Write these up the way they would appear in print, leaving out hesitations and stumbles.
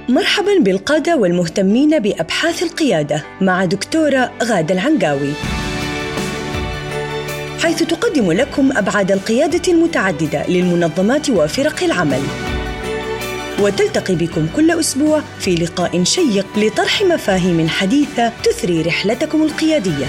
مرحباً بالقادة والمهتمين بأبحاث القيادة مع دكتورة غادة العنقاوي، حيث تقدم لكم أبعاد القيادة المتعددة للمنظمات وفرق العمل، وتلتقي بكم كل أسبوع في لقاء شيق لطرح مفاهيم حديثة تثري رحلتكم القيادية.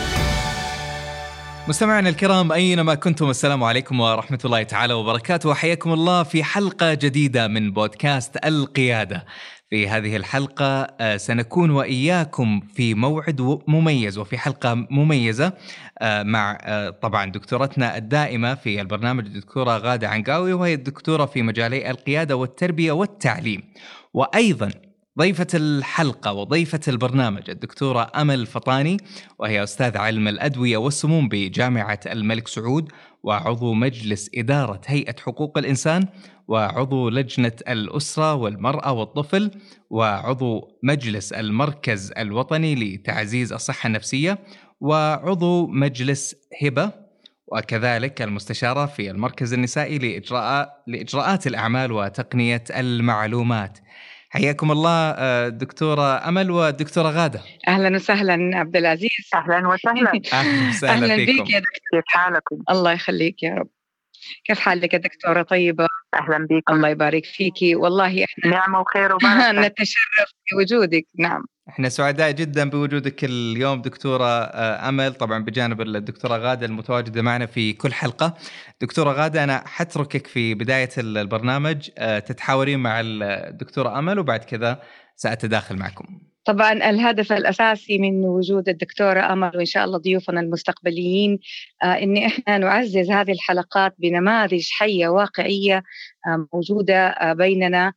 مستمعينا الكرام أينما كنتم، السلام عليكم ورحمة الله تعالى وبركاته، وحياكم الله في حلقة جديدة من بودكاست القيادة. في هذه الحلقة سنكون وإياكم في موعد مميز وفي حلقة مميزة مع طبعا دكتورتنا الدائمة في البرنامج الدكتورة غادة عنقاوي، وهي الدكتورة في مجالي القيادة والتربية والتعليم، وأيضا ضيفة الحلقة وضيفة البرنامج الدكتورة أمل فطاني، وهي أستاذ علم الأدوية والسموم بجامعة الملك سعود، وعضو مجلس إدارة هيئة حقوق الإنسان، وعضو لجنة الأسرة والمرأة والطفل، وعضو مجلس المركز الوطني لتعزيز الصحة النفسية، وعضو مجلس هبة، وكذلك المستشارة في المركز النسائي لإجراءات الأعمال وتقنية المعلومات. حياكم الله دكتورة أمل ودكتورة غادة. أهلا وسهلا عبد العزيز. أهلا وسهلا. أهلا فيكم. بك يا دكتور، كيف حالكم؟ الله يخليك يا رب. كيف حالك يا دكتورة؟ طيبة؟ أهلا بكم. الله يبارك فيكي، والله إحنا نعمة وخير وبركة. نتشرف بوجودك. نعم، احنا سعداء جدا بوجودك اليوم دكتورة أمل، طبعا بجانب الدكتورة غادة المتواجدة معنا في كل حلقة. دكتورة غادة، أنا حتركك في بداية البرنامج تتحاورين مع الدكتورة أمل، وبعد كذا سأتداخل معكم. طبعا الهدف الأساسي من وجود الدكتورة أمل وإن شاء الله ضيوفنا المستقبليين إن إحنا نعزز هذه الحلقات بنماذج حية واقعية موجودة بيننا،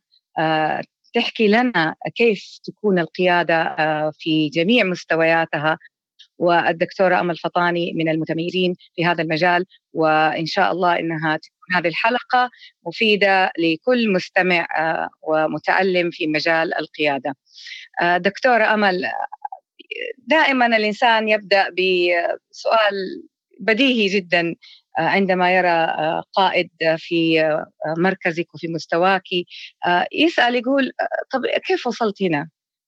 تحكي لنا كيف تكون القيادة في جميع مستوياتها. والدكتورة أمل فطاني من المتميزين في هذا المجال، وإن شاء الله إنها تكون هذه الحلقة مفيدة لكل مستمع ومتعلم في مجال القيادة. دكتورة أمل، دائما الإنسان يبدأ بسؤال بديهي جدا عندما يرى قائد في مركزك وفي مستواك، يسأل يقول طب كيف وصلت هنا؟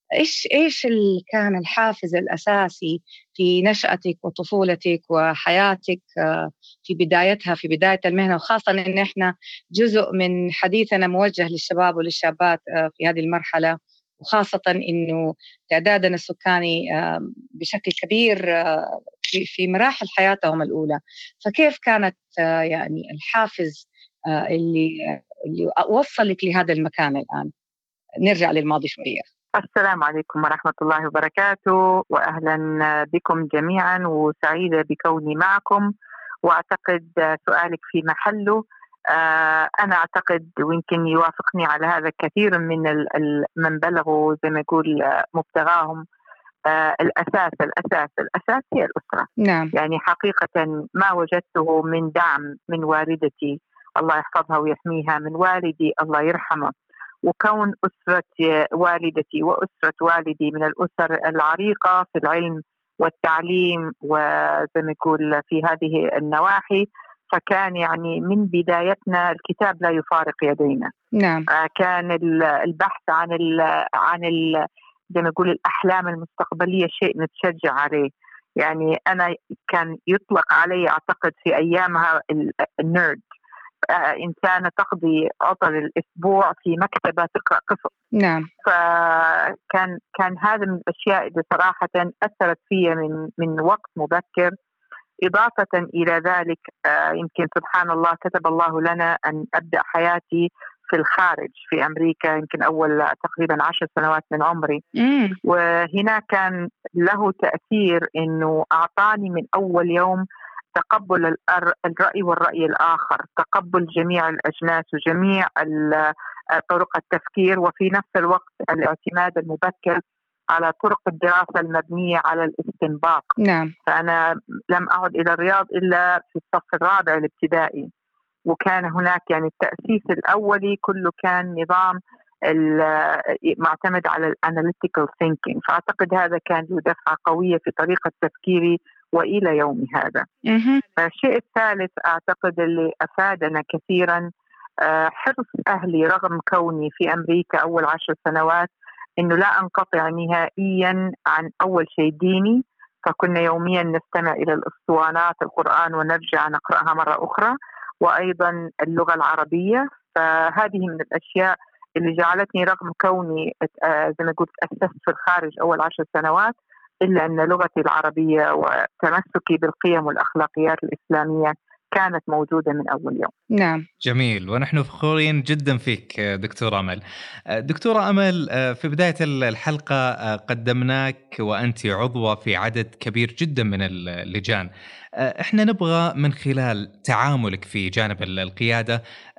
إيش كان الحافز الأساسي في نشأتك وطفولتك وحياتك في بدايتها، في بداية المهنة، وخاصة إن إحنا جزء من حديثنا موجه للشباب وللشابات في هذه المرحلة، وخاصة إنه تعدادنا السكاني بشكل كبير في مراحل حياتهم الأولى. فكيف كانت يعني الحافز اللي وصلك لهذا المكان الآن؟ نرجع للماضي شوية. السلام عليكم ورحمة الله وبركاته، وأهلا بكم جميعا، وسعيدة بكوني معكم. وأعتقد سؤالك في محله. أنا أعتقد ويمكن يوافقني على هذا كثير من بلغوا زي ما يقول مبتغاهم. الأساس هي الأسرة. نعم. يعني حقيقة ما وجدته من دعم من والدتي الله يحفظها ويحميها، من والدي الله يرحمه، وكون أسرة والدتي وأسرة والدي من الأسر العريقة في العلم والتعليم وزي ما يقول في هذه النواحي، فكان يعني من بدايتنا الكتاب لا يفارق يدينا. نعم. كان البحث عن زي ما نقول الأحلام المستقبلية شيء نتشجع عليه. يعني أنا كان يطلق علي أعتقد في أيامها النيرد، إنسانة تقضي عطل الأسبوع في مكتبة تقرأ قصص. نعم. فكان هذا من الأشياء اللي صراحة أثرت فيها من وقت مبكر. إضافة إلى ذلك يمكن سبحان الله كتب الله لنا أن أبدأ حياتي في الخارج في أمريكا، يمكن أول تقريبا 10 سنوات من عمري. وهنا كان له تأثير إنه أعطاني من أول يوم تقبل الرأي والرأي الآخر، تقبل جميع الأجناس وجميع طرق التفكير، وفي نفس الوقت الاعتماد المبكر على طرق الدراسة المبنية على الاستنباط. نعم. فأنا لم أعد إلى الرياض إلا في الصف الرابع الابتدائي، وكان هناك يعني التأسيس الأولي كله كان نظام معتمد على الاناليتيكال ثينكينج. فأعتقد هذا كان له دفعة قوية في طريقة تفكيري وإلى يومي هذا. الشيء الثالث أعتقد اللي أفادنا كثيرا حرص أهلي، رغم كوني في أمريكا أول 10 سنوات إنه لا أنقطع نهائيا عن أول شيء ديني، فكنا يوميا نستمع إلى الأسطوانات القرآن ونرجع نقرأها مرة أخرى، وأيضا اللغة العربية. فهذه من الأشياء اللي جعلتني رغم كوني زي ما قلت أسست في الخارج أول 10 سنوات، إلا أن لغتي العربية وتمسكي بالقيم والأخلاقيات الإسلامية كانت موجودة من أول يوم. نعم. جميل، ونحن فخورين جدا فيك دكتورة أمل. دكتورة أمل، في بداية الحلقة قدمناك وأنت عضوة في عدد كبير جدا من اللجان. إحنا نبغى من خلال تعاملك في جانب القيادة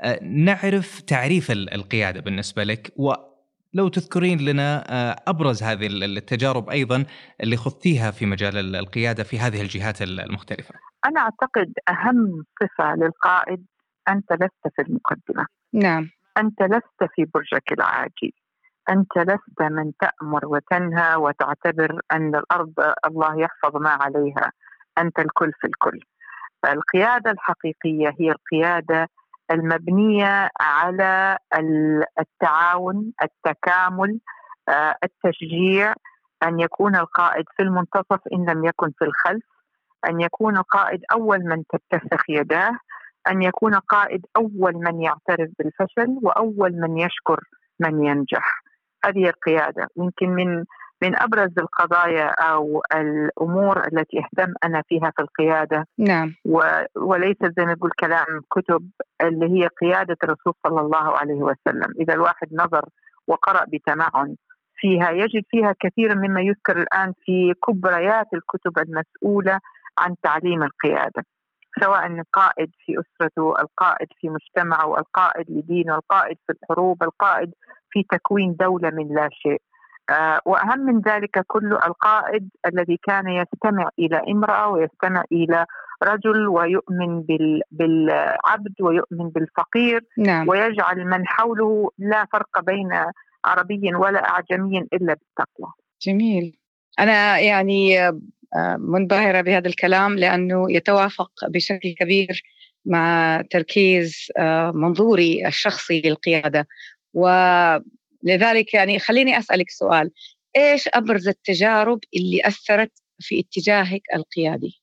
نعرف تعريف القيادة بالنسبة لك، ولو تذكرين لنا أبرز هذه التجارب أيضا اللي خضتيها في مجال القيادة في هذه الجهات المختلفة. أنا أعتقد أهم صفة للقائد: أنت لست في المقدمة. نعم. أنت لست في برجك العاجي، أنت لست من تأمر وتنهى وتعتبر أن الأرض الله يحفظ ما عليها، أنت الكل في الكل. فالقيادة الحقيقية هي القيادة المبنية على التعاون، التكامل، التشجيع، أن يكون القائد في المنتصف إن لم يكن في الخلف، أن يكون القائد أول من تتسخ يداه، أن يكون قائد أول من يعترف بالفشل وأول من يشكر من ينجح. هذه القيادة. يمكن من أبرز القضايا أو الأمور التي أهتم أنا فيها في القيادة، نعم، وليس زي ما نقول كلام كتب، اللي هي قيادة الرسول صلى الله عليه وسلم. إذا الواحد نظر وقرأ بتمعن فيها يجد فيها كثيرا مما يذكر الآن في كبريات الكتب المسؤولة عن تعليم القيادة، سواء القائد في أسرته، القائد في مجتمعه، القائد لدينه، القائد في الحروب، القائد في تكوين دولة من لا شيء. وأهم من ذلك كله القائد الذي كان يستمع إلى امرأة ويستمع إلى رجل ويؤمن بالعبد ويؤمن بالفقير. نعم. ويجعل من حوله لا فرق بين عربي ولا أعجمي إلا بالتقوى. جميل. أنا يعني منبهرة بهذا الكلام لأنه يتوافق بشكل كبير مع تركيز منظوري الشخصي للقيادة، ولذلك يعني خليني أسألك سؤال: إيش أبرز التجارب اللي أثرت في اتجاهك القيادي؟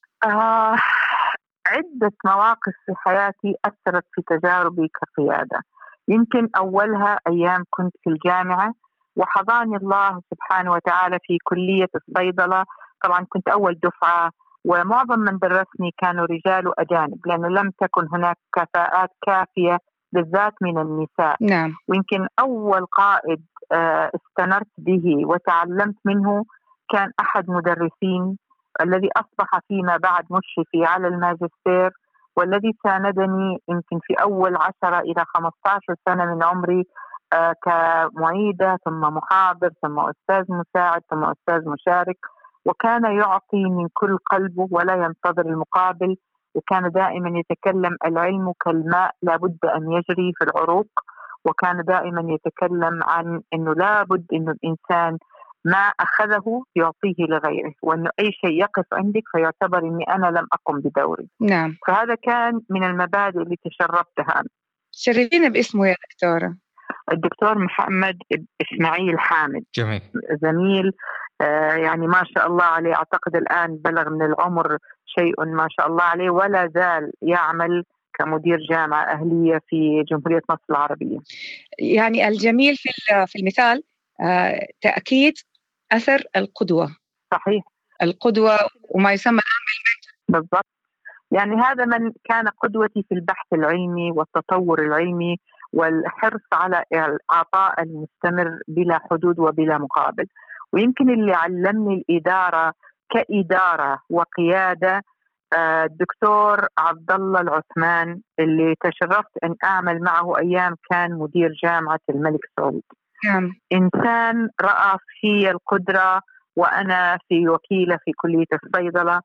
عدة مواقف في حياتي أثرت في تجاربي كقيادة. يمكن أولها أيام كنت في الجامعة وحضاني الله سبحانه وتعالى في كلية الصيدلة. طبعا كنت أول دفعة ومعظم من درسني كانوا رجال وأجانب، لأنه لم تكن هناك كفاءات كافية بالذات من النساء. نعم. ويمكن أول قائد استنرت به وتعلمت منه كان أحد مدرسين الذي أصبح فيما بعد مشرفي على الماجستير، والذي ساندني يمكن في أول 10 إلى 15 سنة من عمري كمعيدة ثم محاضر ثم أستاذ مساعد ثم أستاذ مشارك، وكان يعطي من كل قلبه ولا ينتظر المقابل، وكان دائما يتكلم: العلم كالماء لابد أن يجري في العروق. وكان دائما يتكلم عن أنه لابد أنه الإنسان ما أخذه يعطيه لغيره، وأنه أي شيء يقف عندك فيعتبر أني أنا لم أقم بدوري. نعم. فهذا كان من المبادئ اللي تشربتها. شرفينا باسمه يا دكتورة. الدكتور محمد إسماعيل حامد. جميل. زميل يعني ما شاء الله عليه، أعتقد الآن بلغ من العمر شيء ما شاء الله عليه، ولا زال يعمل كمدير جامعة أهلية في جمهورية مصر العربية. يعني الجميل في المثال تأكيد أثر القدوة. صحيح، القدوة وما يسمى بالضبط. يعني هذا من كان قدوتي في البحث العلمي والتطور العلمي والحرص على العطاء المستمر بلا حدود وبلا مقابل. ويمكن اللي علمني الإدارة كإدارة وقيادة الدكتور عبد الله العثمان، اللي تشرفت أن أعمل معه أيام كان مدير جامعة الملك سعود. نعم. إنسان رأى في القدرة، وأنا في وكيلة في كلية الصيدلة،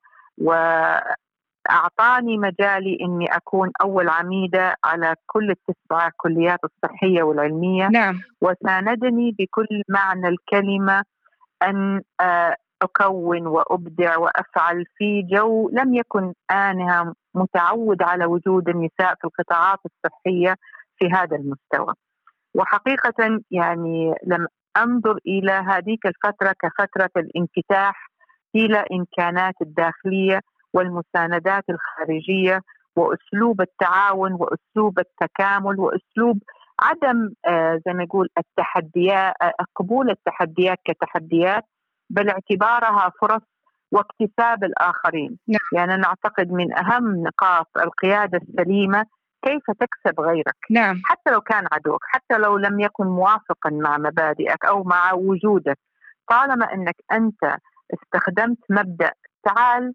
وأعطاني مجالي أني أكون أول عميدة على كل 9 كليات الصحية والعلمية. نعم. وساندني بكل معنى الكلمة أن أكون وأبدع وأفعل في جو لم يكن آنها متعود على وجود النساء في القطاعات الصحية في هذا المستوى. وحقيقة يعني أنظر إلى هذه الفترة كفترة الانفتاح إلى إمكانات الداخلية والمساندات الخارجية، وأسلوب التعاون وأسلوب التكامل وأسلوب عدم زي ما يقول التحديات، قبول التحديات كتحديات، بل اعتبارها فرص واكتساب الآخرين. نعم. يعني أنا أعتقد من أهم نقاط القيادة السليمة كيف تكسب غيرك. نعم. حتى لو كان عدوك، حتى لو لم يكن موافقا مع مبادئك أو مع وجودك، طالما أنك أنت استخدمت مبدأ تعال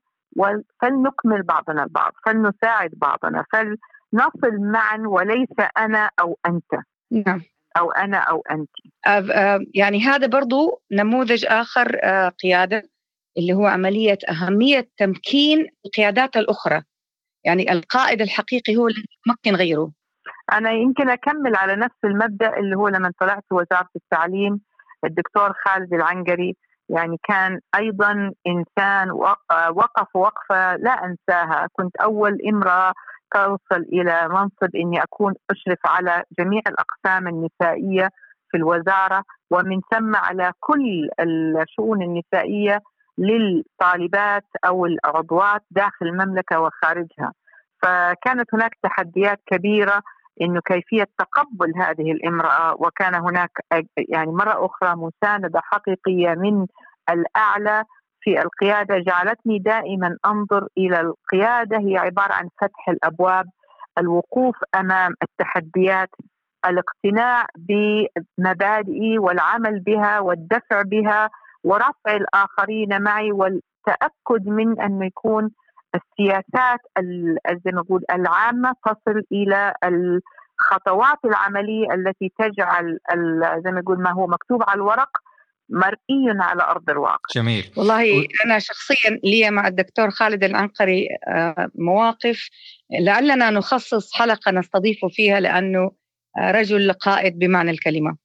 فلنكمل بعضنا البعض، فلنساعد بعضنا، فلنصل معا وليس أنا أو أنت. نعم. أو أنا أو أنت. يعني هذا برضو نموذج آخر قيادة، اللي هو عملية أهمية تمكين القيادات الأخرى. يعني القائد الحقيقي هو اللي يمكن غيره. أنا يمكن أكمل على نفس المبدأ اللي هو لما طلعت وزارة التعليم، الدكتور خالد العنقري يعني كان أيضا إنسان وقف وقفة لا أنساها. كنت أول امرأة توصل إلى منصب إني أكون أشرف على جميع الأقسام النسائية في الوزارة، ومن ثم على كل الشؤون النسائية للطالبات أو العضوات داخل المملكة وخارجها. فكانت هناك تحديات كبيرة إنه كيفية تقبل هذه الامرأة، وكان هناك يعني مرة أخرى مساندة حقيقية من الأعلى في القيادة، جعلتني دائما أنظر إلى القيادة هي عبارة عن فتح الأبواب، الوقوف أمام التحديات، الاقتناع بمبادئي والعمل بها والدفع بها ورفع الآخرين معي، والتأكد من أن يكون السياسات زي ما نقول العامة تصل إلى الخطوات العملية التي تجعل زي ما نقول ما هو مكتوب على الورق مرئي على أرض الواقع. جميل. والله أنا شخصيا لي مع الدكتور خالد العنقري مواقف لعلنا نخصص حلقة نستضيفه فيها، لأنه رجل قائد بمعنى الكلمة.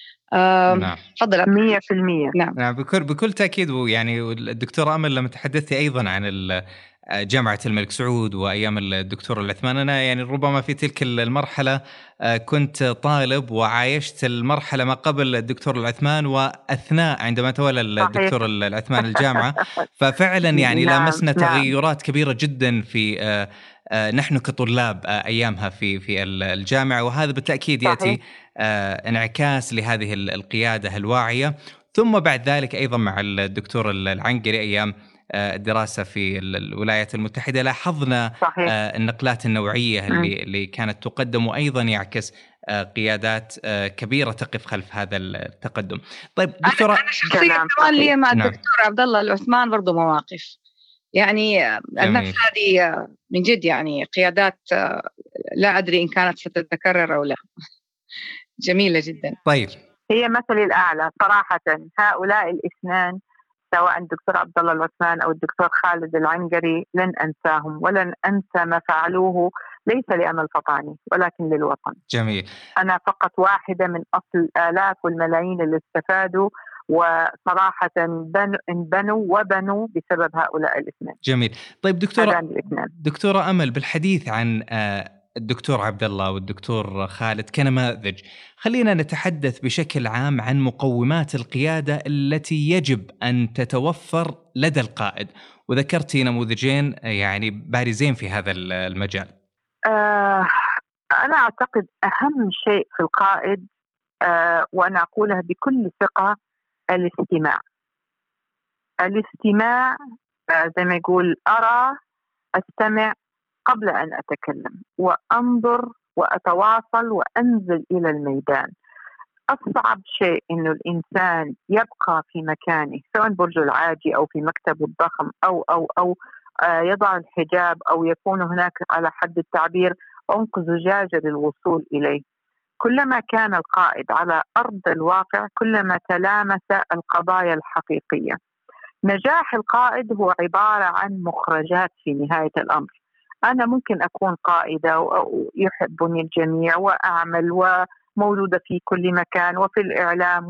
نعم. تفضل. 100%. نعم بكل تأكيد. ويعني الدكتورة أمل لما تحدثتي أيضا عن جامعة الملك سعود وأيام الدكتور العثمان، أنا يعني ربما في تلك المرحلة كنت طالب وعايشت المرحلة ما قبل الدكتور العثمان وأثناء عندما تولى الدكتور العثمان الجامعة. ففعلا يعني لامسنا تغيرات كبيرة جدا في نحن كطلاب أيامها في الجامعة، وهذا بالتأكيد يأتي انعكاس لهذه القيادة الواعية. ثم بعد ذلك أيضا مع الدكتور العنقري أيام الدراسة في الولايات المتحدة لاحظنا النقلات النوعية اللي كانت تقدم، وأيضا يعكس قيادات كبيرة تقف خلف هذا التقدم. طيب دكتورة، أنا شخصيا كمان لي مع الدكتور عبد الله العثمان برضو مواقف، يعني الناس هذه من جد يعني قيادات لا أدري إن كانت ستتكرر أو لا. جميلة جدا. طيب هي مثل الأعلى صراحة. هؤلاء الاثنان سواء الدكتور عبد الله العثمان أو الدكتور خالد العنقري لن أنساهم، ولن أنسى ما فعلوه ليس لأمل فطاني ولكن للوطن. جميل. أنا فقط واحدة من أصل الآلاف والملايين اللي استفادوا، وصراحة انبنوا وبنوا بسبب هؤلاء الاثنين. جميل. طيب دكتورة أمل، بالحديث عن الدكتور عبد الله والدكتور خالد كنماذج، خلينا نتحدث بشكل عام عن مقومات القيادة التي يجب أن تتوفر لدى القائد، وذكرتي نموذجين يعني بارزين في هذا المجال. أنا أعتقد أهم شيء في القائد وأنا أقولها بكل ثقة الاستماع. زي ما يقول أستمع قبل أن أتكلم، وأنظر وأتواصل وأنزل إلى الميدان. أصعب شيء إنه الإنسان يبقى في مكانه، سواء برجه العاجي أو في مكتبه الضخم أو يضع الحجاب أو يكون هناك على حد التعبير عنق زجاجة للوصول إليه. كلما كان القائد على أرض الواقع كلما تلامس القضايا الحقيقية. نجاح القائد هو عبارة عن مخرجات في نهاية الأمر. أنا ممكن أكون قائدة ويحبني الجميع وأعمل وموجودة في كل مكان وفي الإعلام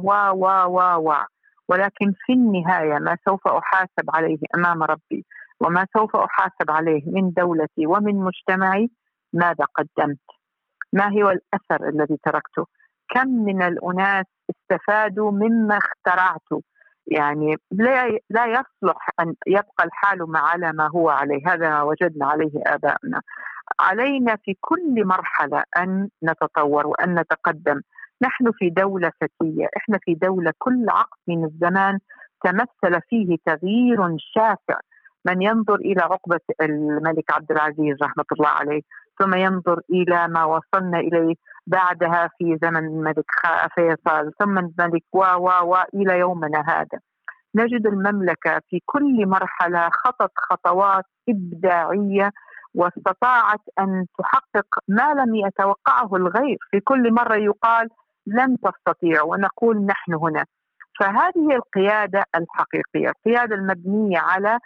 ولكن في النهاية ما سوف أحاسب عليه أمام ربي وما سوف أحاسب عليه من دولتي ومن مجتمعي، ماذا قدمت؟ ما هو الأثر الذي تركته؟ كم من الأناس استفادوا مما اخترعته. يعني لا يصلح أن يبقى الحال على ما هو عليه، هذا ما وجدنا عليه آباءنا. علينا في كل مرحلة أن نتطور وأن نتقدم. نحن في دولة فتية، إحنا في دولة كل عقد من الزمان تمثل فيه تغيير شاسع. من ينظر إلى عقبة الملك عبد العزيز رحمة الله عليه، ثم ينظر إلى ما وصلنا إليه بعدها في زمن الملك فيصل، ثم الملك إلى يومنا هذا، نجد المملكة في كل مرحلة خطت خطوات إبداعية واستطاعت أن تحقق ما لم يتوقعه الغير. في كل مرة يقال لن تستطيع ونقول نحن هنا. فهذه القيادة الحقيقية، القيادة المبنية على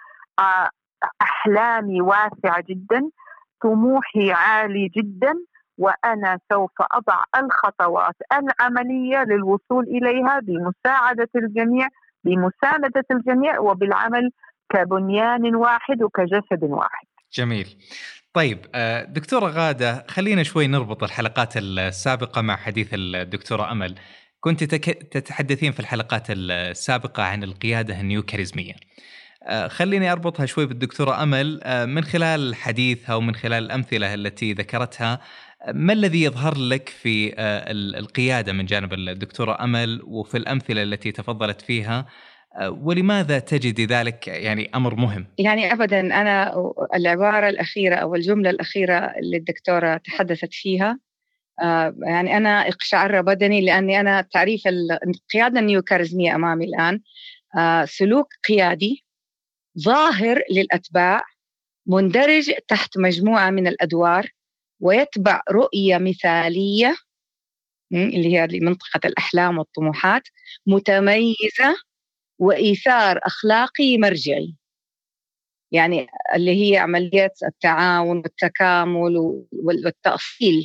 أحلامي واسعة جدا، طموحي عالي جدا، وأنا سوف أضع الخطوات العملية للوصول إليها بمساعدة الجميع، بمساندة الجميع، وبالعمل كبنيان واحد وكجسد واحد. جميل. طيب دكتورة غادة، خلينا شوي نربط الحلقات السابقة مع حديث الدكتورة أمل. كنت تتحدثين في الحلقات السابقة عن القيادة النيوكاريزمية. خليني أربطها شوي بالدكتورة أمل من خلال حديثها ومن خلال الأمثلة التي ذكرتها. ما الذي يظهر لك في القيادة من جانب الدكتورة أمل وفي الأمثلة التي تفضلت فيها، ولماذا تجد ذلك يعني أمر مهم؟ يعني أبدا، أنا العبارة الأخيرة أو الجملة الأخيرة اللي الدكتورة تحدثت فيها يعني أنا اقشعر بدني، لأني أنا تعريف القيادة النيوكاريزمية أمامي الآن سلوك قيادي ظاهر للأتباع، مندرج تحت مجموعة من الأدوار، ويتبع رؤية مثالية اللي هي منطقة الأحلام والطموحات، متميزة، وإيثار أخلاقي مرجعي، يعني اللي هي عملية التعاون والتكامل والتأصيل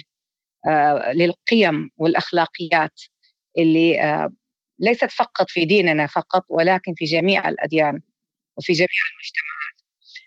للقيم والأخلاقيات اللي ليست فقط في ديننا فقط، ولكن في جميع الأديان وفي جميع المجتمعات.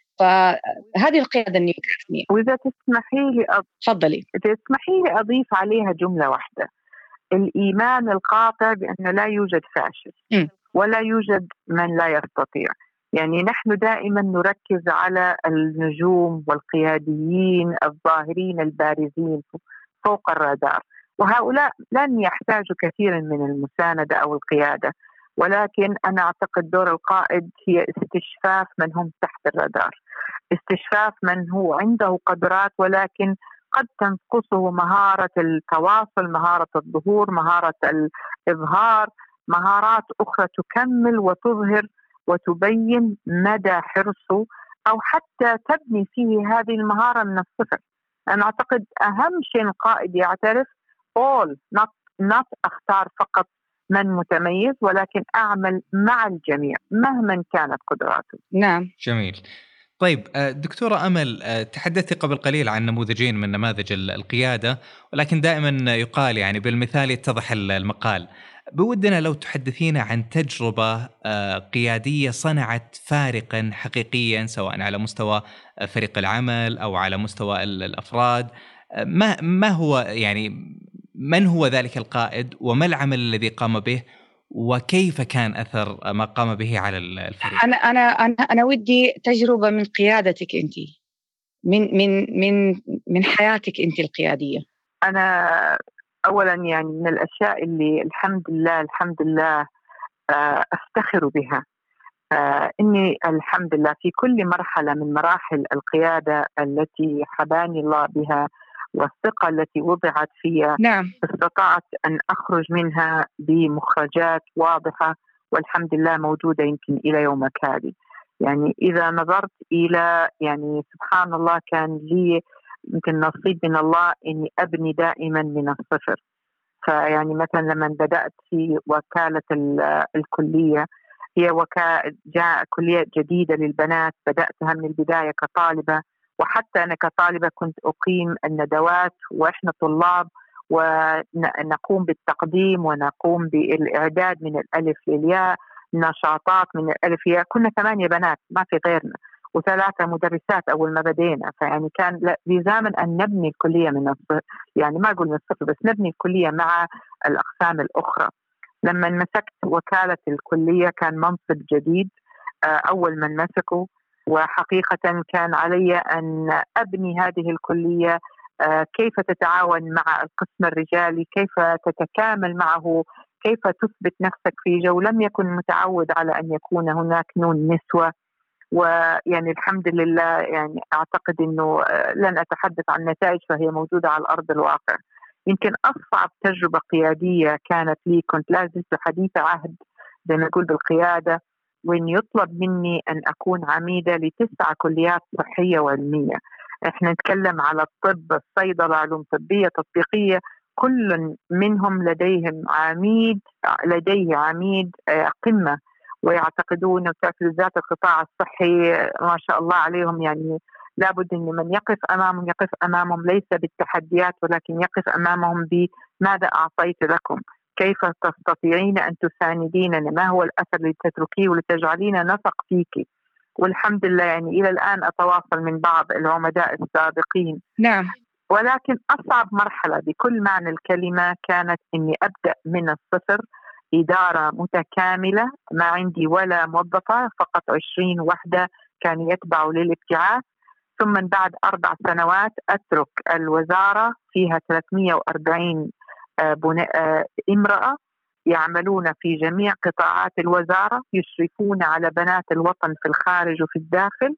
فهذه القيادة النيوكاريزمية. وإذا تسمحي لي تفضلي. إذا تسمحي لي أضيف عليها جملة واحدة: الإيمان القاطع بأن لا يوجد فاشل ولا يوجد من لا يستطيع. يعني نحن دائما نركز على النجوم والقياديين الظاهرين البارزين فوق الرادار، وهؤلاء لن يحتاجوا كثيرا من المساندة أو القيادة، ولكن أنا أعتقد دور القائد هي استشفاف من هم تحت الرادار، استشفاف من هو عنده قدرات ولكن قد تنقصه مهارة التواصل، مهارة الظهور، مهارة الإظهار، مهارات أخرى تكمل وتظهر وتبين مدى حرصه، أو حتى تبني فيه هذه المهارة من الصفر. أنا أعتقد أهم شيء القائد يعترف all not أختار فقط من متميز، ولكن أعمل مع الجميع مهما كانت قدراته. نعم. جميل. طيب دكتورة أمل، تحدثت قبل قليل عن نموذجين من نماذج القيادة، ولكن دائما يقال يعني بالمثال يتضح المقال. بودنا لو تحدثينا عن تجربة قيادية صنعت فارقا حقيقيا، سواء على مستوى فريق العمل أو على مستوى الأفراد. ما هو يعني من هو ذلك القائد، وما العمل الذي قام به، وكيف كان أثر ما قام به على الفريق؟ أنا ودي تجربة من قيادتك أنت، من حياتك أنت القيادية. أنا أولا يعني من الأشياء اللي الحمد لله أفتخر بها إني الحمد لله في كل مرحلة من مراحل القيادة التي حباني الله بها والثقة التي وضعت فيها، نعم، استطعت أن أخرج منها بمخرجات واضحة والحمد لله موجودة يمكن إلى يومك هذه. يعني إذا نظرت إلى يعني سبحان الله كان لي يمكن نصيب من الله إني أبني دائما من الصفر. فيعني مثلا لما بدأت في وكالة الكلية، هي جاء كلية جديدة للبنات، بدأتها من البداية كطالبة، وحتى أنا كطالبة كنت أقيم الندوات وإحنا طلاب ونقوم بالتقديم ونقوم بالإعداد من الألف للياء، نشاطات من الألف للياء. كنا 8 بنات ما في غيرنا، و3 مدرسات أول ما بدينا. فيعني كان لزاما أن نبني الكلية من الصفر، يعني ما أقول من الصفر بس نبني الكلية مع الأقسام الأخرى. لما مسكت وكالة الكلية كان منصب جديد أول من مسكه، وحقيقة كان علي أن أبني هذه الكلية، كيف تتعاون مع القسم الرجالي، كيف تتكامل معه، كيف تثبت نفسك في جو لم يكن متعود على أن يكون هناك نون نسوة. ويعني الحمد لله يعني أعتقد أنه لن أتحدث عن نتائج، فهي موجودة على أرض الواقع. يمكن أصعب تجربة قيادية كانت لي، كنت لازلت حديثة عهد زي ما نقول بالقيادة، وإن يطلب مني أن أكون عميدة ل9 كليات صحية وعلمية. إحنا نتكلم على الطب، الصيدلة، علوم طبية، تطبيقية، كل منهم لديه عميد قمة، ويعتقدون ذات القطاع الصحي ما شاء الله عليهم، يعني لابد أن من يقف أمامهم ليس بالتحديات، ولكن يقف أمامهم بماذا أعطيت لكم، كيف تستطيعين أن تسانديننا، ما هو الأثر اللي تتركيه ولتجعلين نثق فيك. والحمد لله يعني إلى الآن أتواصل من بعض العمداء السابقين. نعم. ولكن أصعب مرحلة بكل معنى الكلمة كانت أني أبدأ من الصفر، إدارة متكاملة، ما عندي ولا موظفة، فقط 20 وحدة كانوا يتبعوا للابتعاث. ثم بعد 4 سنوات أترك الوزارة فيها 340 امرأة يعملون في جميع قطاعات الوزارة، يشرفون على بنات الوطن في الخارج وفي الداخل.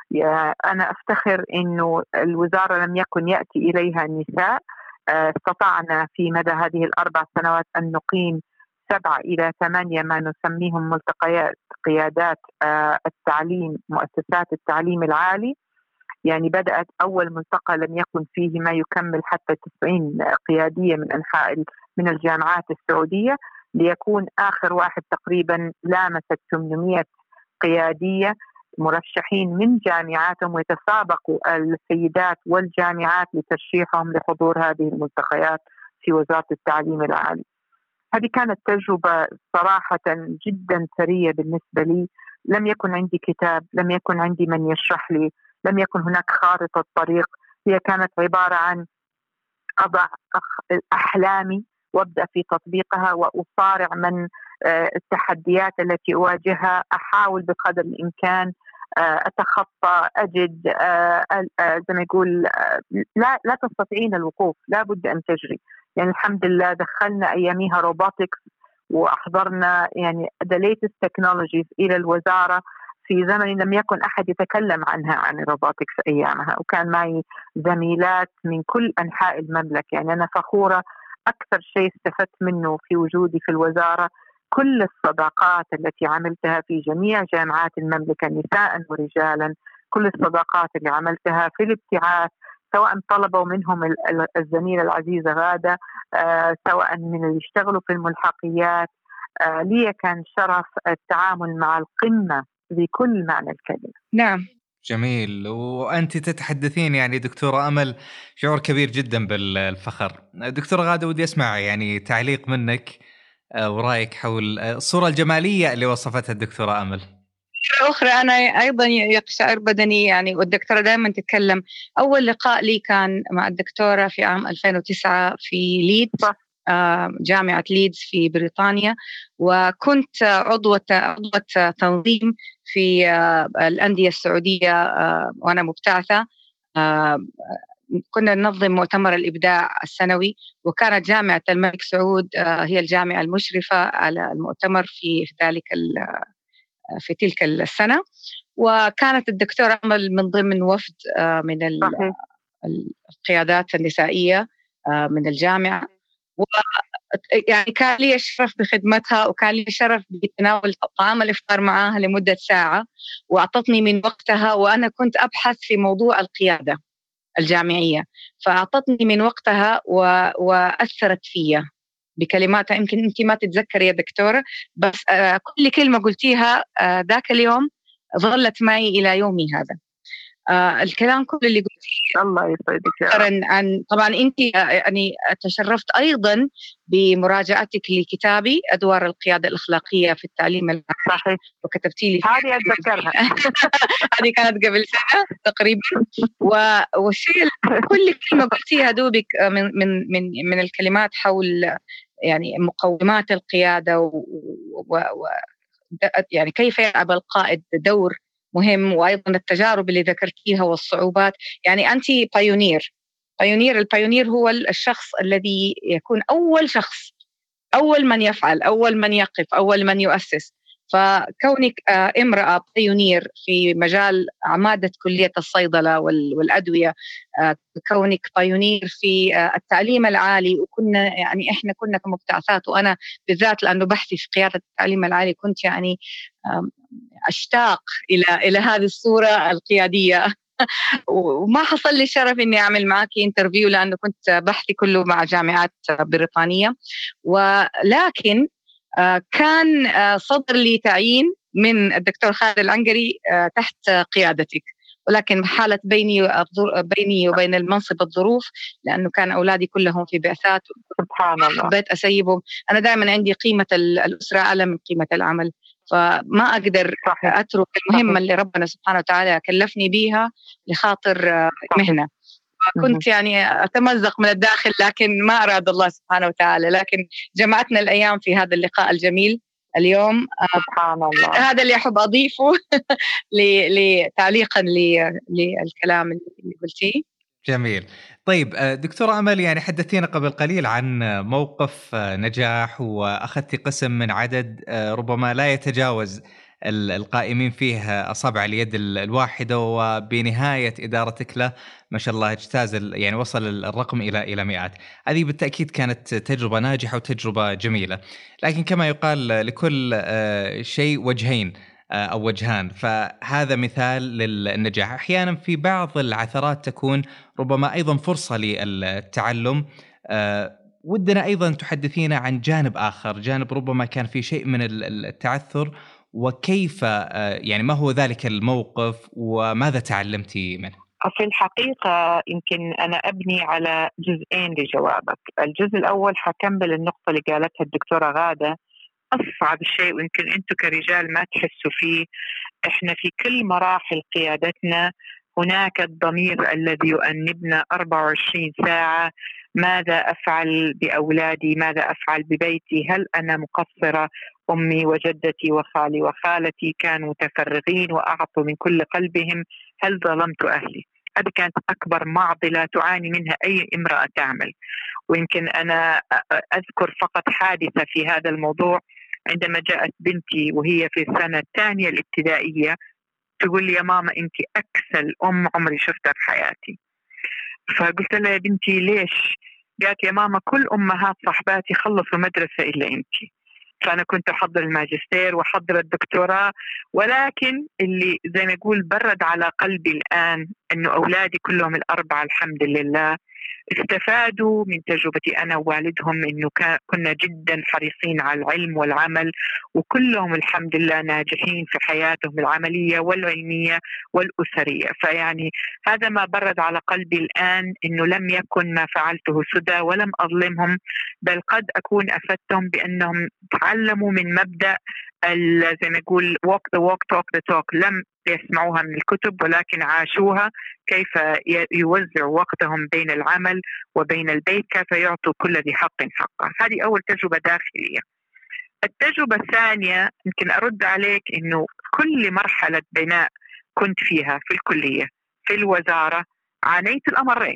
أنا أفتخر أنه الوزارة لم يكن يأتي إليها النساء. استطعنا في مدى هذه 4 سنوات أن نقيم 7 إلى 8 ما نسميهم ملتقيات قيادات التعليم، مؤسسات التعليم العالي. يعني بدأت أول ملتقى لم يكن فيه ما يكمل حتى 90 قيادية من أنحاء من الجامعات السعودية، ليكون آخر واحد تقريبا لامست 800 قيادية مرشحين من جامعاتهم، ويتسابقوا السيدات والجامعات لترشيحهم لحضور هذه الملتقيات في وزارة التعليم العالي. هذه كانت تجربة صراحة جدا ثرية بالنسبة لي. لم يكن عندي كتاب، لم يكن عندي من يشرح لي، لم يكن هناك خارطة طريق. هي كانت عبارة عن أضع أحلامي وأبدأ في تطبيقها، وأصارع من التحديات التي أواجهها، أحاول بقدر الإمكان أتخطى، أجد زي ما يقول لا تستطيعين الوقوف، لا بد أن تجري. يعني الحمد لله دخلنا أياميها روبوتكس، وأحضرنا يعني the latest technologies إلى الوزارة في زمن لم يكن أحد يتكلم عنها عن الروبوتكس أيامها، وكان معي زميلات من كل أنحاء المملكة. يعني أنا فخورة، أكثر شيء استفدت منه في وجودي في الوزارة كل الصداقات التي عملتها في جميع جامعات المملكة نساء ورجالا، كل الصداقات اللي عملتها في الابتعاث، سواء طلبوا منهم الزميلة العزيزة غادة، سواء من اللي يشتغلوا في الملحقيات. لي كان شرف التعامل مع القمة بكل معنى الكلمة. نعم. جميل. وأنت تتحدثين يعني دكتورة أمل شعور كبير جدا بالفخر. دكتورة غادة ودي أسمع يعني تعليق منك ورأيك حول الصورة الجمالية اللي وصفتها الدكتورة أمل. أخرى أنا أيضا يقشعر بدني، يعني والدكتورة دائما تتكلم. أول لقاء لي كان مع الدكتورة في عام 2009 في ليدز، جامعة ليدز في بريطانيا، وكنت عضوة تنظيم في الأندية السعودية وأنا مبتعثة. كنا ننظم مؤتمر الإبداع السنوي، وكانت جامعة الملك سعود هي الجامعة المشرفة على المؤتمر في تلك السنة. وكانت الدكتورة أمل من ضمن وفد من القيادات النسائية من الجامعة، يعني كان لي الشرف بخدمتها، وكان لي الشرف بتناول طعام الإفطار معها لمدة ساعة، وأعطتني من وقتها، وأنا كنت أبحث في موضوع القيادة الجامعية، فأعطتني من وقتها وأثرت فيها بكلماتها. يمكن أنت ما تتذكري يا دكتورة، بس كل كلمة قلتيها ذاك اليوم ظلت معي إلى يومي هذا. الكلام كل اللي قلتيه الله يسعدك. عن طبعا أنت يعني تشرفت أيضا بمراجعتك لكتابي أدوار القيادة الأخلاقية في التعليم الصحي، وكتبتي لي هذه أتذكرها. هذه كانت قبل سنة تقريبا. والشيء كل كلمة قلتيها دوبك من الكلمات حول يعني مقومات القيادة يعني كيف يلعب القائد دور مهم، وأيضا التجارب اللي ذكرتيها والصعوبات. يعني أنت البايونير هو الشخص الذي يكون أول شخص، أول من يفعل، أول من يقف، أول من يؤسس. فكونك امرأة بايونير في مجال مادة كلية الصيدلة والأدوية، كونك بايونير في التعليم العالي، وكنا يعني إحنا كنا كمبتعثات، وأنا بالذات لأنه بحثي في قيادة التعليم العالي كنت يعني أشتاق إلى هذه الصورة القيادية. وما حصل لي شرف إني أعمل معك انترفيو لأنه كنت بحثي كله مع جامعات بريطانية، ولكن كان صدر لي تعيين من الدكتور خالد العنقري تحت قيادتك، ولكن حالة بيني وبين المنصب الظروف، لأنه كان أولادي كلهم في بعثات، سبحان الله، حبيت أسيبهم. أنا دائما عندي قيمة الأسرة أعلى من قيمة العمل، فما أقدر أترك المهمة اللي ربنا سبحانه وتعالى كلفني بيها لخاطر مهنة. كنت يعني أتمزق من الداخل، لكن ما أراد الله سبحانه وتعالى. لكن جمعتنا الأيام في هذا اللقاء الجميل اليوم. سبحان الله. هذا اللي أحب أضيفه تعليقا للكلام اللي قلتيه. جميل. طيب دكتورة أمل، يعني حدثينا قبل قليل عن موقف نجاح وأخذتي قسم من عدد ربما لا يتجاوز القائمين فيه أصابع اليد الواحدة، وبنهاية إدارتك له ما شاء الله اجتاز يعني وصل الرقم إلى مئات. هذه بالتأكيد كانت تجربة ناجحة وتجربة جميلة، لكن كما يقال لكل شيء وجهين أو وجهان، فهذا مثال للنجاح. أحيانا في بعض العثرات تكون ربما أيضا فرصة للتعلم. ودنا أيضا تحدثينا عن جانب آخر، جانب ربما كان في شيء من التعثر، وكيف يعني ما هو ذلك الموقف وماذا تعلمتي منه؟ في الحقيقة يمكن أنا أبني على جزئين لجوابك. الجزء الأول حكمل النقطة اللي قالتها الدكتورة غادة. أصعب شيء ويمكن أنتم كرجال ما تحسوا فيه، إحنا في كل مراحل قيادتنا هناك الضمير الذي يؤنبنا 24 ساعة. ماذا أفعل بأولادي؟ ماذا أفعل ببيتي؟ هل أنا مقصرة؟ أمي وجدتي وخالي وخالتي كانوا متفرغين وأعطوا من كل قلبهم. هل ظلمت أهلي؟ هذه كانت أكبر معضلة تعاني منها أي امرأة تعمل. ويمكن أنا أذكر فقط حادثة في هذا الموضوع. عندما جاءت بنتي وهي في السنة الثانية الابتدائية تقول لي يا ماما أنت أكسل أم عمري شفتها في حياتي. فقلت لها يا بنتي ليش؟ قالت يا ماما كل أمهات صحباتي خلصوا مدرسة إلا أنت. فأنا كنت أحضر الماجستير وأحضر الدكتوراه، ولكن اللي زي ما يقول برد على قلبي الآن أنه أولادي كلهم الأربعة الحمد لله استفادوا من تجربتي أنا ووالدهم، إنه كنا جدا حريصين على العلم والعمل، وكلهم الحمد لله ناجحين في حياتهم العملية والعلمية والأسرية. فيعني هذا ما برد على قلبي الآن، إنه لم يكن ما فعلته سدى ولم أظلمهم، بل قد أكون أفدتهم بأنهم تعلموا من مبدأ زي ما يقول walk the walk talk the talk. لم يسمعوها من الكتب ولكن عاشوها، كيف يوزعوا وقتهم بين العمل وبين البيت، كيف يعطوا كل ذي حق حقه. هذه أول تجربة داخلية. التجربة الثانية يمكن أرد عليك إنه كل مرحلة بناء كنت فيها في الكلية في الوزارة عانيت الأمرين.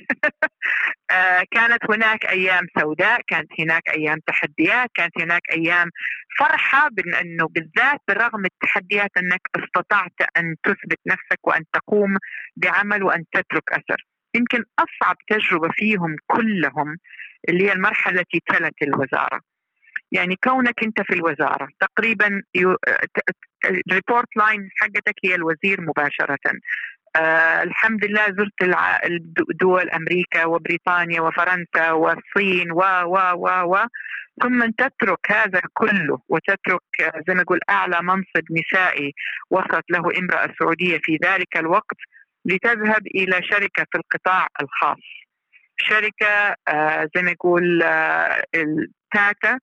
كانت هناك أيام سوداء، كانت هناك أيام تحديات، كانت هناك أيام فرحة بأنه بالذات بالرغم من التحديات أنك استطعت أن تثبت نفسك وأن تقوم بعمل وأن تترك أثر. يمكن أصعب تجربة فيهم كلهم اللي هي المرحلة التي تلت الوزارة. يعني كونك أنت في الوزارة تقريبا الريبورت لاين حقتك هي الوزير مباشرة. الحمد لله زرت دول أمريكا وبريطانيا وفرنسا والصين و ثم تترك هذا كله وتترك زي ما نقول أعلى منصب نسائي وصلت له امرأة سعودية في ذلك الوقت لتذهب إلى شركة في القطاع الخاص، شركة زي ما نقول التاتا،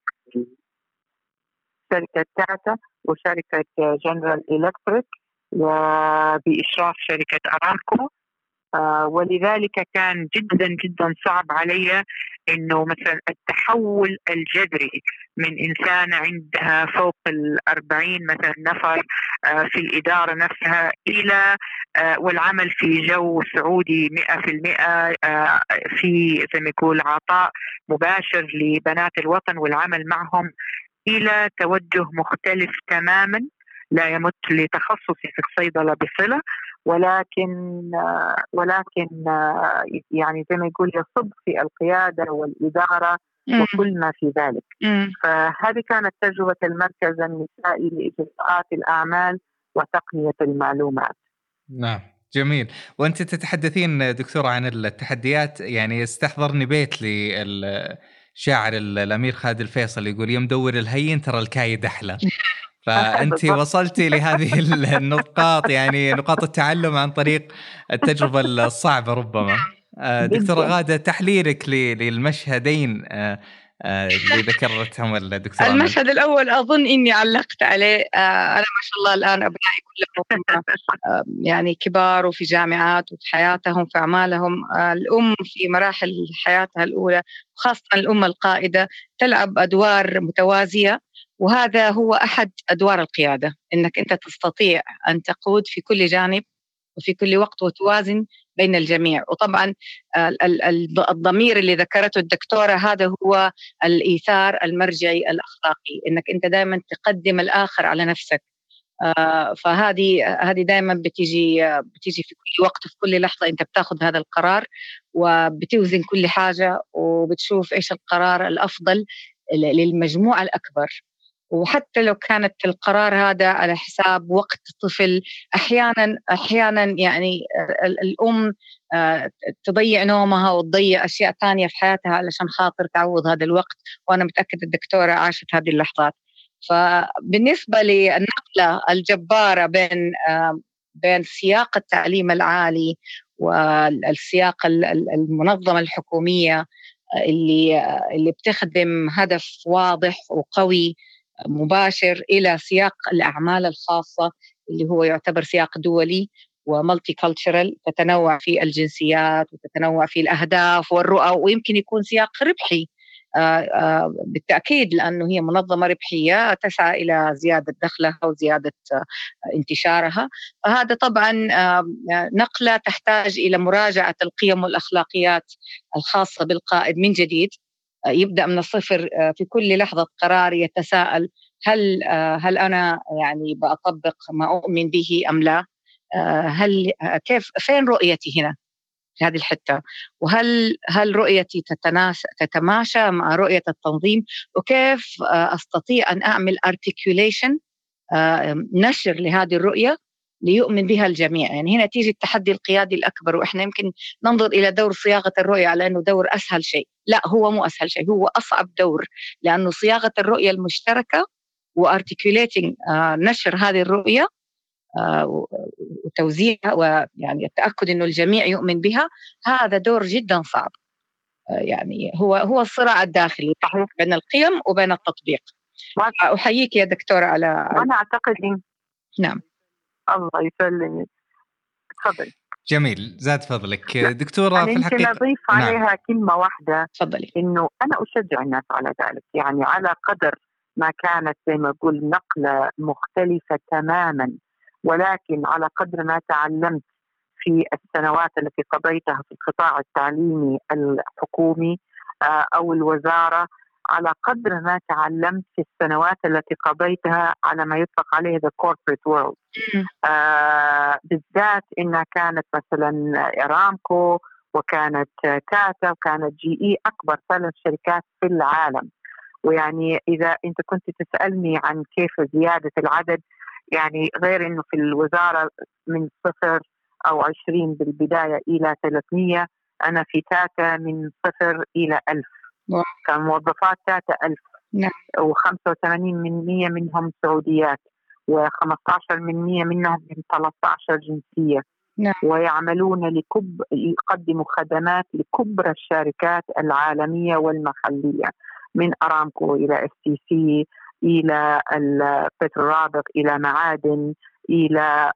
شركة تاتا وشركة جنرال إلكتريك وبإشراف شركة أرامكو. ولذلك كان جدا جدا صعب علي إنه مثلا التحول الجذري من إنسانة عندها فوق 40 مثلا نفر في الإدارة نفسها إلى والعمل في جو سعودي 100%، في زي ما يقول عطاء مباشر لبنات الوطن والعمل معهم، إلى توجه مختلف تماما لا يمت لتخصصي في الصيدلة بصلة، ولكن يعني زي ما يقول يصب في القيادة والإدارة وكل ما في ذلك. فهذه كانت تجربة المركز النسائي لإجراءات الأعمال وتقنية المعلومات. نعم، جميل. وأنت تتحدثين دكتورة عن التحديات، يعني استحضرني بيت للشاعر الأمير خالد الفيصل يقول: يا مدور الهين ترى الكايد أحلى. فأنت وصلتي لهذه النقاط، يعني نقاط التعلم عن طريق التجربة الصعبة ربما. دكتورة غادة، تحليلك للمشهدين اللي ذكرتهم الدكتورة أمل. المشهد الأول أظن إني علقت عليه. أنا ما شاء الله الآن أبنائي كلهم يعني كبار وفي جامعات وفي حياتهم في أعمالهم. الأم في مراحل حياتها الأولى، خاصة الأم القائدة، تلعب أدوار متوازية، وهذا هو أحد أدوار القيادة، إنك أنت تستطيع أن تقود في كل جانب وفي كل وقت وتوازن بين الجميع. وطبعا الضمير اللي ذكرته الدكتورة هذا هو الإيثار المرجعي الأخلاقي، إنك أنت دائما تقدم الآخر على نفسك. فهذه دائما بتيجي في كل وقت، في كل لحظة أنت بتاخذ هذا القرار وبتوزن كل حاجة وبتشوف إيش القرار الأفضل للمجموعة الأكبر. وحتى لو كانت القرار هذا على حساب وقت طفل، أحيانا يعني الأم تضيع نومها وتضيع أشياء تانية في حياتها علشان خاطر تعوض هذا الوقت، وأنا متأكدة الدكتورة عاشت هذه اللحظات. فبالنسبة للنقلة الجبارة بين سياق التعليم العالي والسياق المنظمة الحكومية اللي بتخدم هدف واضح وقوي مباشر، إلى سياق الأعمال الخاصة اللي هو يعتبر سياق دولي ومالتي كالتشرال، تتنوع في الجنسيات وتتنوع في الأهداف والرؤى، ويمكن يكون سياق ربحي بالتأكيد، لأنه هي منظمة ربحية تسعى إلى زيادة دخلها وزيادة انتشارها. فهذا طبعا نقلة تحتاج إلى مراجعة القيم والأخلاقيات الخاصة بالقائد من جديد، يبدأ من الصفر. في كل لحظة قرار يتساءل: هل أنا يعني بأطبق ما أؤمن به أم لا؟ فين رؤيتي هنا في هذه الحتة؟ هل رؤيتي تتماشى مع رؤية التنظيم؟ وكيف أستطيع أن أعمل articulation، نشر لهذه الرؤية ليؤمن بها الجميع؟ يعني هنا تيجي التحدي القيادي الأكبر، وإحنا يمكن ننظر إلى دور صياغة الرؤية على أنه دور أسهل شيء. لا، هو مو أسهل شيء، هو أصعب دور، لأنه صياغة الرؤية المشتركة وarticulating نشر هذه الرؤية وتوزيعها، ويعني التأكد أنه الجميع يؤمن بها، هذا دور جدا صعب. يعني هو الصراع الداخلي بين القيم وبين التطبيق. أحييك يا دكتورة على أنا أعتقد نعم. الله يسلمك، تفضل. جميل، زاد فضلك دكتورة. في الحقيقة أضيف عليها كلمة واحدة، تفضلي. إنه أنا أشجع الناس على ذلك، يعني على قدر ما كانت زي ما أقول نقلة مختلفة تماما، ولكن على قدر ما تعلمت في السنوات التي قضيتها في القطاع التعليمي الحكومي أو الوزارة، على قدر ما تعلمت في السنوات التي قضيتها على ما يطلق عليه the corporate world، بالذات إنها كانت مثلا إرامكو وكانت تاتا وكانت GE، أكبر 3 شركات في العالم. ويعني إذا أنت كنت تسألني عن كيف زيادة العدد، يعني غير إنه في الوزارة من 0 أو 20 بالبداية إلى 300، أنا في تاتا من 0 إلى 1000. كان موظفات تاتا 1000. نعم. و85% منهم سعوديات، و15% منهم من 13 جنسية. نعم. ويعملون يقدموا خدمات لكبرى الشركات العالمية والمحلية، من أرامكو إلى FTC إلى البترورابط إلى معادن إلى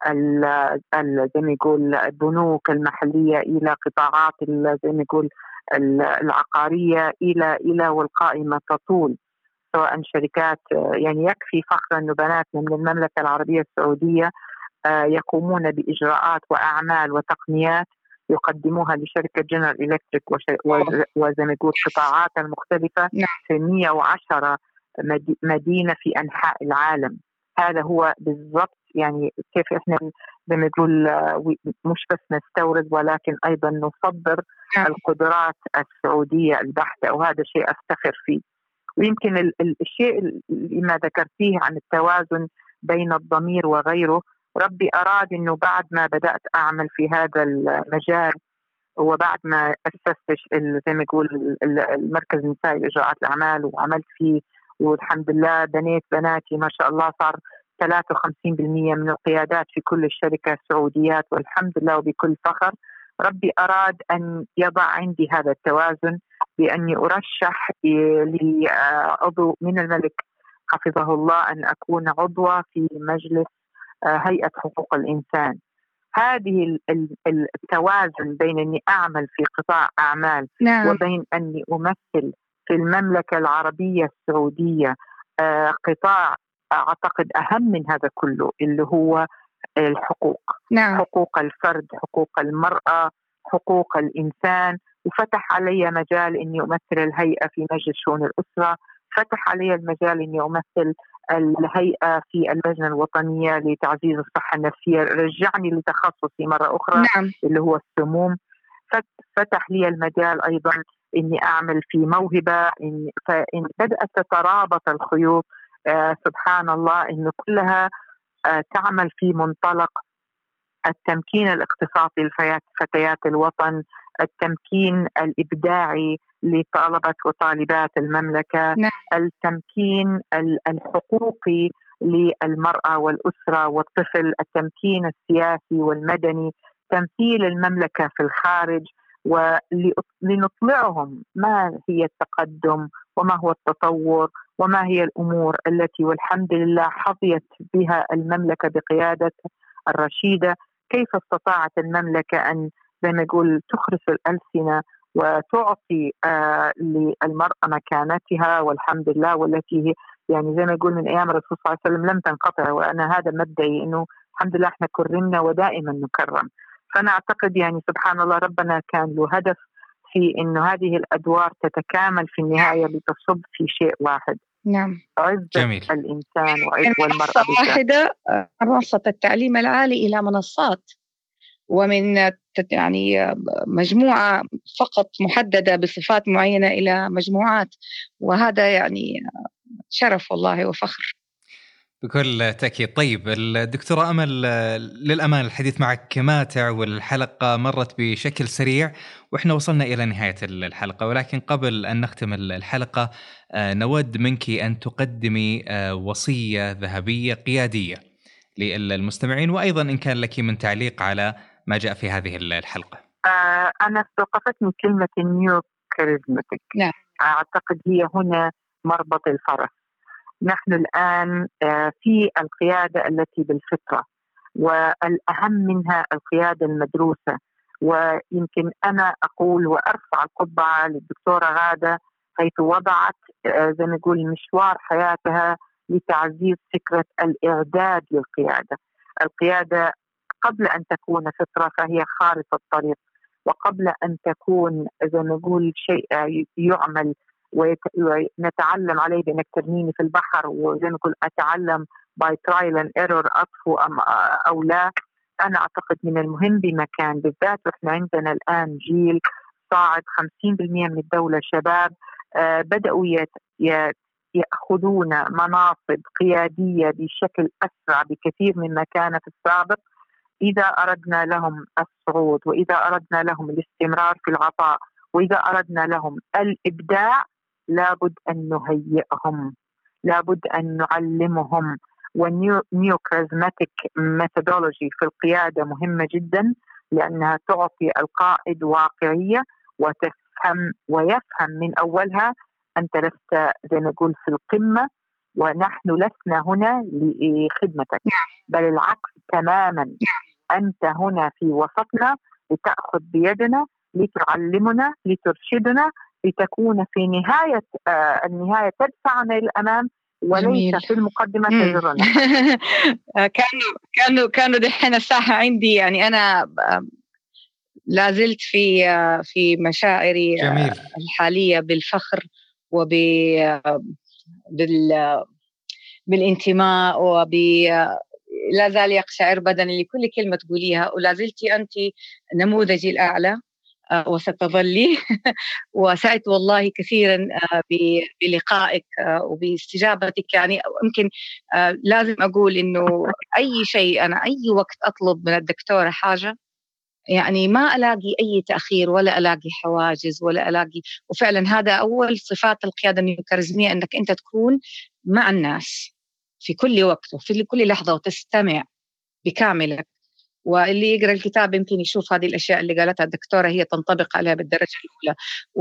زي ما يقول البنوك المحلية، إلى قطاعات زي ما يقول العقارية، إلى والقائمة تطول، سواء شركات. يعني يكفي فخرا أن بناتنا من المملكة العربية السعودية يقومون بإجراءات وأعمال وتقنيات يقدموها لشركة جنرال إلكتريك وزي ما يقول قطاعات المختلفة في 110 مدينة في أنحاء العالم. هذا هو بالضبط يعني كيف إحنا زي ما نقول مش بس نستورد ولكن أيضا نصدر القدرات السعودية البحتة، وهذا شيء أفتخر فيه. ويمكن الشيء اللي ما ذكرتيه عن التوازن بين الضمير وغيره، ربي أراد أنه بعد ما بدأت أعمل في هذا المجال وبعد ما أسست زي ما يقول المركز النسائي لإجراءات الأعمال وعملت فيه، والحمد لله بنيت بناتي ما شاء الله صار 53% من القيادات في كل الشركة السعوديات، والحمد لله وبكل فخر. ربي أراد أن يضع عندي هذا التوازن بأني أرشح لعضو من الملك حفظه الله أن أكون عضوة في مجلس هيئة حقوق الإنسان. هذه التوازن بين أني أعمل في قطاع أعمال وبين أني أمثل في المملكة العربية السعودية قطاع أعتقد أهم من هذا كله اللي هو الحقوق. حقوق الفرد، حقوق المرأة، حقوق الإنسان. وفتح علي مجال أني أمثل الهيئة في مجلس شؤون الأسرة، فتح علي المجال أني أمثل الهيئة في اللجنة الوطنية لتعزيز الصحة النفسية، رجعني لتخصصي مرة أخرى اللي هو السموم. فتح لي المجال أيضا إني أعمل في موهبة، فإن بدأت تترابط الخيوط سبحان الله إنه كلها تعمل في منطلق التمكين الاقتصادي لفتيات الوطن، التمكين الإبداعي لطلبة وطالبات المملكة، التمكين الحقوقي للمرأة والأسرة والطفل، التمكين السياسي والمدني، تمثيل المملكة في الخارج، ولنطلعهم ما هي التقدم وما هو التطور وما هي الأمور التي والحمد لله حظيت بها المملكة بقيادة الرشيدة. كيف استطاعت المملكة أن زي ما يقول تخرس الألسنة وتعطي للمرأة مكانتها والحمد لله، والتي هي يعني زي ما يقول من أيام الرسول صلى الله عليه وسلم لم تنقطع. وأنا هذا مبدئي إنه الحمد لله إحنا كرمنا ودائما نكرم. فأنا أعتقد يعني سبحان الله ربنا كان له هدف في إنه هذه الأدوار تتكامل في النهاية لتصب في شيء واحد. عزة الإنسان والمرأة واحدة، منصة التعليم العالي إلى منصات، ومن يعني مجموعة فقط محددة بصفات معينة إلى مجموعات، وهذا يعني شرف والله وفخر. بكل تأكيد. طيب الدكتورة أمل، للأمانة الحديث معك ماتع والحلقة مرت بشكل سريع وإحنا وصلنا إلى نهاية الحلقة، ولكن قبل أن نختم الحلقة نود منك أن تقدمي وصية ذهبية قيادية للمستمعين، وأيضا إن كان لك من تعليق على ما جاء في هذه الحلقة. أنا استوقفتني كلمة نيو كاريزماتيك. أعتقد هي هنا مربط الفرس. نحن الآن في القيادة التي بالفطرة، والأهم منها القيادة المدروسة. ويمكن أنا أقول وأرفع القبعة للدكتورة غادة حيث وضعت زي ما نقول مشوار حياتها لتعزيز فكرة الإعداد للقيادة. القيادة قبل أن تكون فطرة فهي خارطة الطريق، وقبل أن تكون زي ما نقول شيء يعمل ونتعلم عليه بأنك ترميني في البحر وزي ما نقول أتعلم by trial and error أطفو أو لا. أنا أعتقد من المهم بمكان بالذات، وإحنا عندنا الآن جيل صاعد 50% من الدولة شباب بدأوا يأخذون مناصب قيادية بشكل أسرع بكثير مما كان في السابق. إذا أردنا لهم الصعود، وإذا أردنا لهم الاستمرار في العطاء، وإذا أردنا لهم الإبداع، لابد أن نهيئهم، لابد أن نعلمهم. ونيو كاريزماتيك ميثودولوجي في القيادة مهمة جدا، لأنها تعطي القائد واقعية وتفهم ويفهم من أولها أنت لست زي ما نقول في القمة ونحن لسنا هنا لخدمتك، بل العكس، تماما. أنت هنا في وسطنا لتأخذ بيدنا، لتعلمنا، لترشدنا، لتكون في نهاية النهاية تدفعنا للأمام وليس جميل. في المقدمة تجرنا. كانوا دحين الساحة عندي، يعني أنا لازلت في مشاعري جميل. الحالية بالفخر بالانتماء لا زال يقشعر بدني لكل كلمة تقوليها، ولا زلتي أنت نموذجي الأعلى وستظلي. وسعدت والله كثيرا بلقائك وباستجابتك. يعني يمكن لازم أقول إنه أي شيء أنا أي وقت أطلب من الدكتورة حاجة يعني ما ألاقي أي تأخير ولا ألاقي حواجز ولا ألاقي. وفعلا هذا أول صفات القيادة النيوكاريزمية، أنك أنت تكون مع الناس في كل وقت وفي كل لحظة وتستمع بكاملك. واللي يقرأ الكتاب يمكن يشوف هذه الأشياء اللي قالتها الدكتورة هي تنطبق عليها بالدرجة الأولى.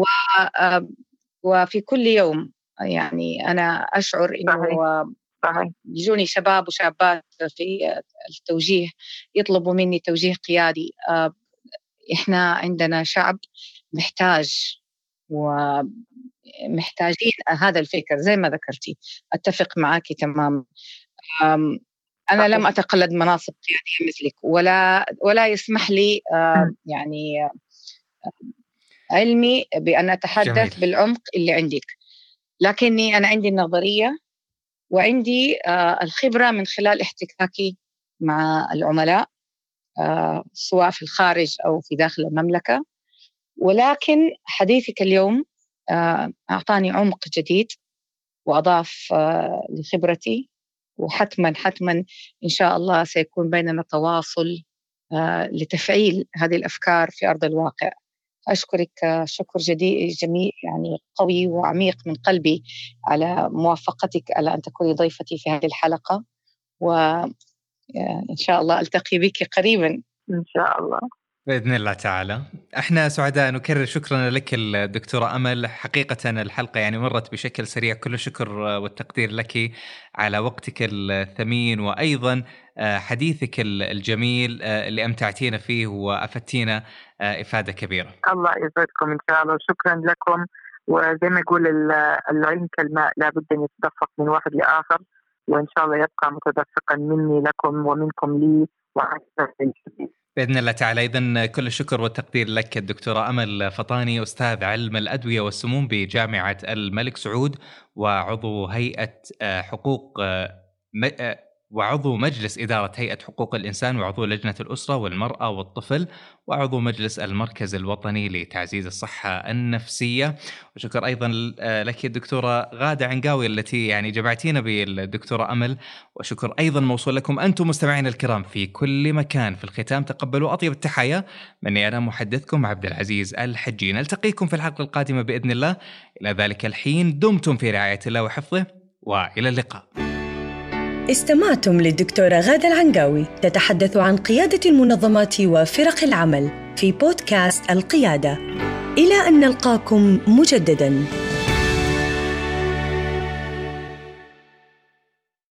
وفي كل يوم يعني أنا أشعر إنه يجوني شباب وشابات في التوجيه يطلبوا مني توجيه قيادي. إحنا عندنا شعب محتاج ومحتاجين هذا الفكر زي ما ذكرتي. أتفق معاكي تماما. أنا لم أتقلد مناصب قيادية مثلك ولا يسمح لي يعني علمي بأن أتحدث جميل. بالعمق اللي عندك، لكني أنا عندي النظرية وعندي الخبرة من خلال احتكاكي مع العملاء سواء في الخارج أو في داخل المملكة. ولكن حديثك اليوم أعطاني عمق جديد وأضاف لخبرتي، وحتما إن شاء الله سيكون بيننا تواصل لتفعيل هذه الأفكار في أرض الواقع. أشكرك شكر جميل يعني قوي وعميق من قلبي على موافقتك على أن تكوني ضيفتي في هذه الحلقة، وإن شاء الله ألتقي بك قريبا إن شاء الله بإذن الله تعالى. احنا سعداء نكرر شكرا لك الدكتورة أمل. حقيقة الحلقة يعني مرت بشكل سريع، كل الشكر والتقدير لك على وقتك الثمين وأيضا حديثك الجميل اللي أمتعتينا فيه وأفدتينا إفادة كبيرة. الله يسعدكم إن شاء الله. شكرا لكم. وزي ما يقول العلم كالماء لابد أن يتدفق من واحد لآخر، وإن شاء الله يبقى متدفقا مني لكم ومنكم لي وعلى بإذن الله تعالى. إذن كل الشكر والتقدير لك الدكتورة أمل فطاني، أستاذ علم الأدوية والسموم بجامعة الملك سعود، وعضو هيئة وعضو مجلس إدارة هيئة حقوق الإنسان، وعضو لجنة الأسرة والمرأة والطفل، وعضو مجلس المركز الوطني لتعزيز الصحة النفسية. وشكر أيضا لك الدكتورة غادة عنقاوي التي يعني جمعتينا بالدكتورة أمل. وشكر أيضا موصول لكم أنتم مستمعين الكرام في كل مكان. في الختام تقبلوا أطيب التحايا مني أنا محدثكم عبد العزيز الحجي. نلتقيكم في الحلقة القادمة بإذن الله. إلى ذلك الحين دمتم في رعاية الله وحفظه، وإلى اللقاء. استمعتم للدكتورة غادة العنقاوي تتحدث عن قيادة المنظمات وفرق العمل في بودكاست القيادة. إلى أن نلقاكم مجدداً.